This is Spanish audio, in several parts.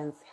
carencia.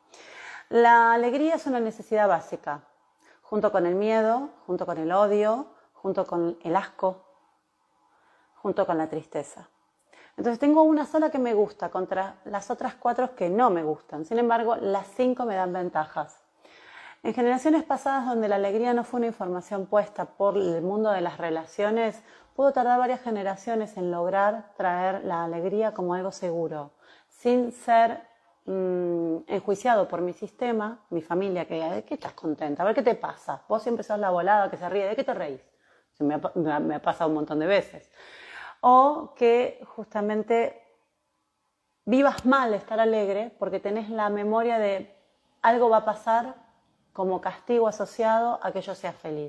La alegría es una necesidad básica, junto con el miedo, junto con el odio, junto con el asco, junto con la tristeza. Entonces tengo una sola que me gusta contra las otras 4 que no me gustan. Sin embargo, las 5 me dan ventajas. En generaciones pasadas donde la alegría no fue una información puesta por el mundo de las relaciones, pudo tardar varias generaciones en lograr traer la alegría como algo seguro, sin ser enjuiciado por mi sistema, mi familia, que diga, ¿de qué estás contenta? A ver qué te pasa. Vos siempre sos la volada que se ríe, ¿de qué te reís? Me ha pasado un montón de veces. O que justamente vivas mal estar alegre porque tenés la memoria de algo va a pasar como castigo asociado a que yo sea feliz.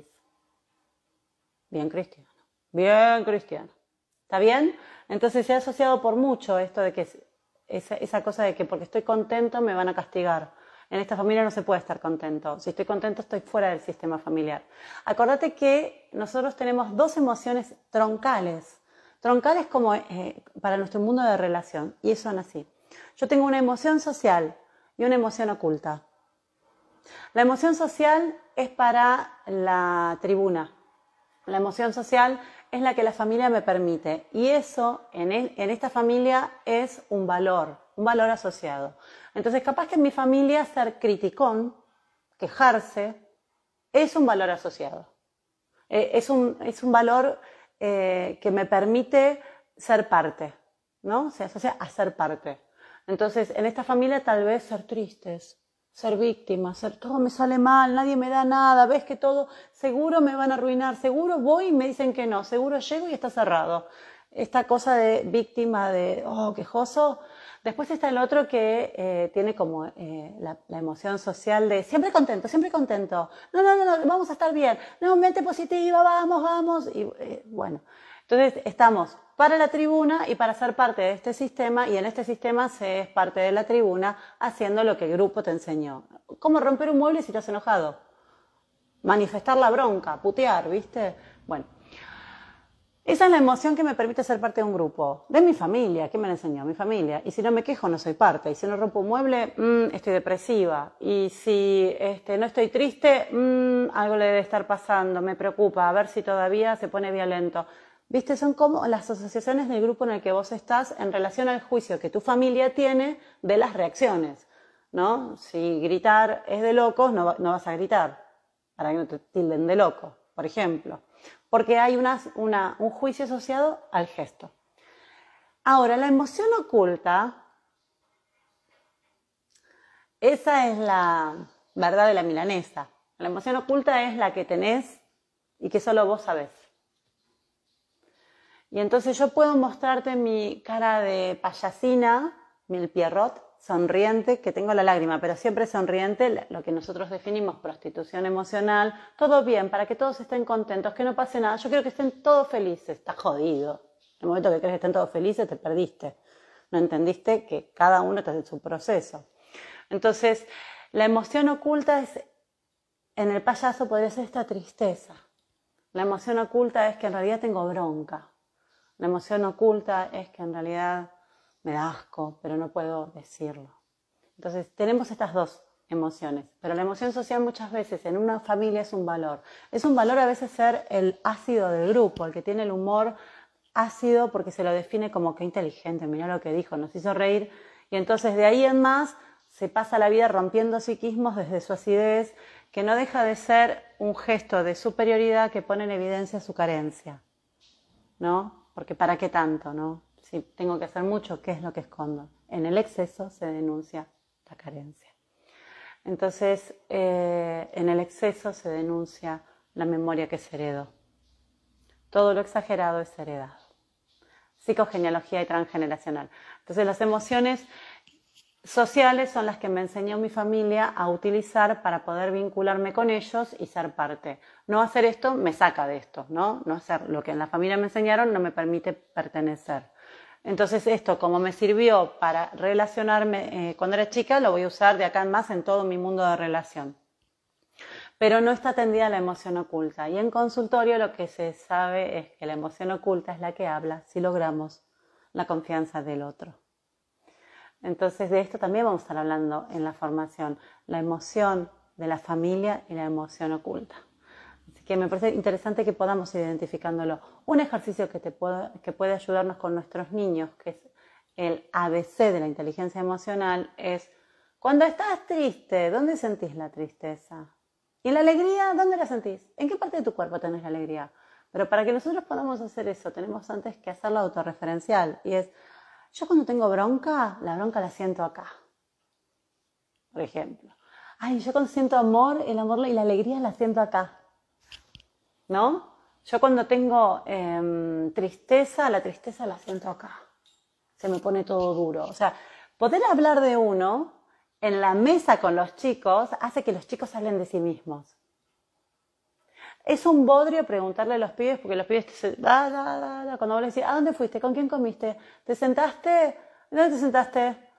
Bien cristiano. Bien cristiano. ¿Está bien? Entonces se ha asociado por mucho esto de que esa cosa de que porque estoy contento me van a castigar. En esta familia no se puede estar contento. Si estoy contento estoy fuera del sistema familiar. Acordate que nosotros tenemos 2 emociones troncales. Troncales como para nuestro mundo de relación. Y son así. Yo tengo una emoción social y una emoción oculta. La emoción social es para la tribuna. La emoción social es la que la familia me permite. Y eso en esta familia es un valor asociado. Entonces, capaz que en mi familia ser criticón, quejarse, es un valor asociado. Es un valor que me permite ser parte, ¿no? Se asocia a ser parte. Entonces, en esta familia tal vez ser tristes, ser víctimas, todo me sale mal, nadie me da nada, ves que todo, seguro me van a arruinar, seguro voy y me dicen que no, seguro llego y está cerrado. Esta cosa de víctima, de quejoso. Después está el otro que tiene como la emoción social de siempre contento. No, vamos a estar bien. No, mente positiva, vamos. Y bueno, entonces estamos para la tribuna y para ser parte de este sistema, y en este sistema se es parte de la tribuna haciendo lo que el grupo te enseñó. ¿Cómo romper un mueble si estás enojado? Manifestar la bronca, putear, ¿viste? Bueno. Esa es la emoción que me permite ser parte de un grupo, de mi familia. ¿Qué me la enseñó? Mi familia. Y si no me quejo, no soy parte. Y si no rompo un mueble, estoy depresiva. Y si no estoy triste, algo le debe estar pasando, me preocupa, a ver si todavía se pone violento. ¿Viste? Son como las asociaciones del grupo en el que vos estás en relación al juicio que tu familia tiene de las reacciones, ¿no? Si gritar es de locos, no vas a gritar, para que no te tilden de loco, por ejemplo. Porque hay un juicio asociado al gesto. Ahora, la emoción oculta, esa es la verdad de la milanesa. La emoción oculta es la que tenés y que solo vos sabés. Y entonces yo puedo mostrarte mi cara de payasina, mi pierrot, sonriente, que tengo la lágrima, pero siempre sonriente, lo que nosotros definimos prostitución emocional, todo bien, para que todos estén contentos, que no pase nada, yo quiero que estén todos felices, está jodido. En el momento que crees que estén todos felices, te perdiste. No entendiste que cada uno está en su proceso. Entonces, la emoción oculta es, en el payaso podría ser esta tristeza. La emoción oculta es que en realidad tengo bronca. La emoción oculta es que en realidad me da asco, pero no puedo decirlo. Entonces, tenemos estas 2 emociones. Pero la emoción social muchas veces en una familia es un valor. Es un valor a veces ser el ácido del grupo, el que tiene el humor ácido porque se lo define como que inteligente, mirá lo que dijo, nos hizo reír. Y entonces de ahí en más se pasa la vida rompiendo psiquismos desde su acidez, que no deja de ser un gesto de superioridad que pone en evidencia su carencia, ¿no? Porque ¿para qué tanto, no? Si tengo que hacer mucho, ¿qué es lo que escondo? En el exceso se denuncia la carencia. Entonces, en el exceso se denuncia la memoria que se heredó. Todo lo exagerado es heredado. Psicogenealogía y transgeneracional. Entonces, las emociones sociales son las que me enseñó mi familia a utilizar para poder vincularme con ellos y ser parte. No hacer esto me saca de esto, ¿no? No hacer lo que en la familia me enseñaron no me permite pertenecer. Entonces esto, como me sirvió para relacionarme cuando era chica, lo voy a usar de acá en más en todo mi mundo de relación. Pero no está atendida la emoción oculta. Y en consultorio lo que se sabe es que la emoción oculta es la que habla si logramos la confianza del otro. Entonces de esto también vamos a estar hablando en la formación, la emoción de la familia y la emoción oculta. Así que me parece interesante que podamos ir identificándolo. Un ejercicio que puede ayudarnos con nuestros niños, que es el ABC de la inteligencia emocional, es cuando estás triste, ¿dónde sentís la tristeza? ¿Y la alegría, dónde la sentís? ¿En qué parte de tu cuerpo tenés la alegría? Pero para que nosotros podamos hacer eso, tenemos antes que hacerlo autorreferencial. Y es, yo cuando tengo bronca, la bronca la siento acá. Por ejemplo. Ay, yo cuando siento amor, el amor y la alegría la siento acá. ¿No? Yo cuando tengo tristeza, la tristeza la siento acá. Se me pone todo duro. O sea, poder hablar de uno en la mesa con los chicos hace que los chicos hablen de sí mismos. Es un bodrio preguntarle a los pibes, porque los pibes te dicen, cuando vos le decís, ¿a dónde fuiste? ¿Con quién comiste? ¿Te sentaste? ¿Dónde te sentaste?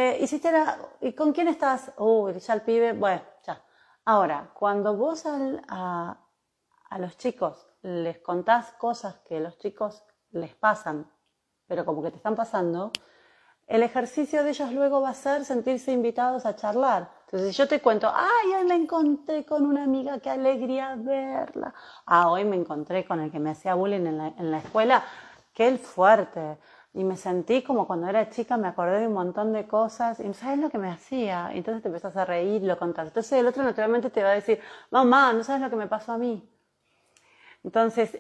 ¿Y con quién estás? Ya el pibe, bueno, ya. Ahora, cuando vos a los chicos les contás cosas que a los chicos les pasan, pero como que te están pasando, el ejercicio de ellos luego va a ser sentirse invitados a charlar. Entonces, si yo te cuento, ay, hoy me encontré con una amiga, qué alegría verla. Hoy me encontré con el que me hacía bullying en la escuela, qué fuerte. Y me sentí como cuando era chica, me acordé de un montón de cosas, y no sabes lo que me hacía. Y entonces te empezás a reír, lo contás. Entonces el otro naturalmente te va a decir, mamá, no sabes lo que me pasó a mí. Entonces,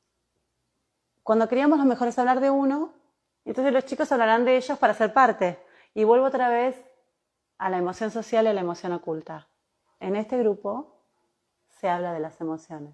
cuando criamos lo mejor es hablar de uno, entonces los chicos hablarán de ellos para ser parte. Y vuelvo otra vez a la emoción social y a la emoción oculta. En este grupo se habla de las emociones.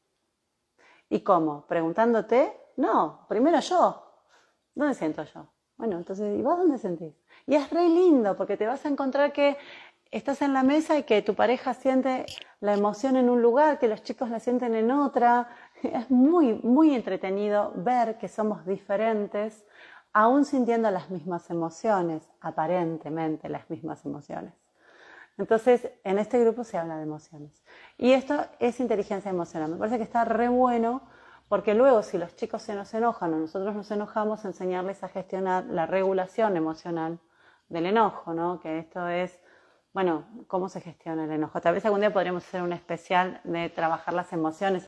¿Y cómo? ¿Preguntándote? No, primero yo. ¿Dónde siento yo? Bueno, entonces, ¿y vos dónde sentís? Y es re lindo porque te vas a encontrar que estás en la mesa y que tu pareja siente la emoción en un lugar, que los chicos la sienten en otra. Es muy, muy entretenido ver que somos diferentes, aún sintiendo las mismas emociones, aparentemente las mismas emociones. Entonces, en este grupo se habla de emociones. Y esto es inteligencia emocional. Me parece que está re bueno porque luego si los chicos se nos enojan o nosotros nos enojamos, enseñarles a gestionar la regulación emocional del enojo, ¿no? Que esto es, bueno, cómo se gestiona el enojo. Tal vez algún día podríamos hacer un especial de trabajar las emociones.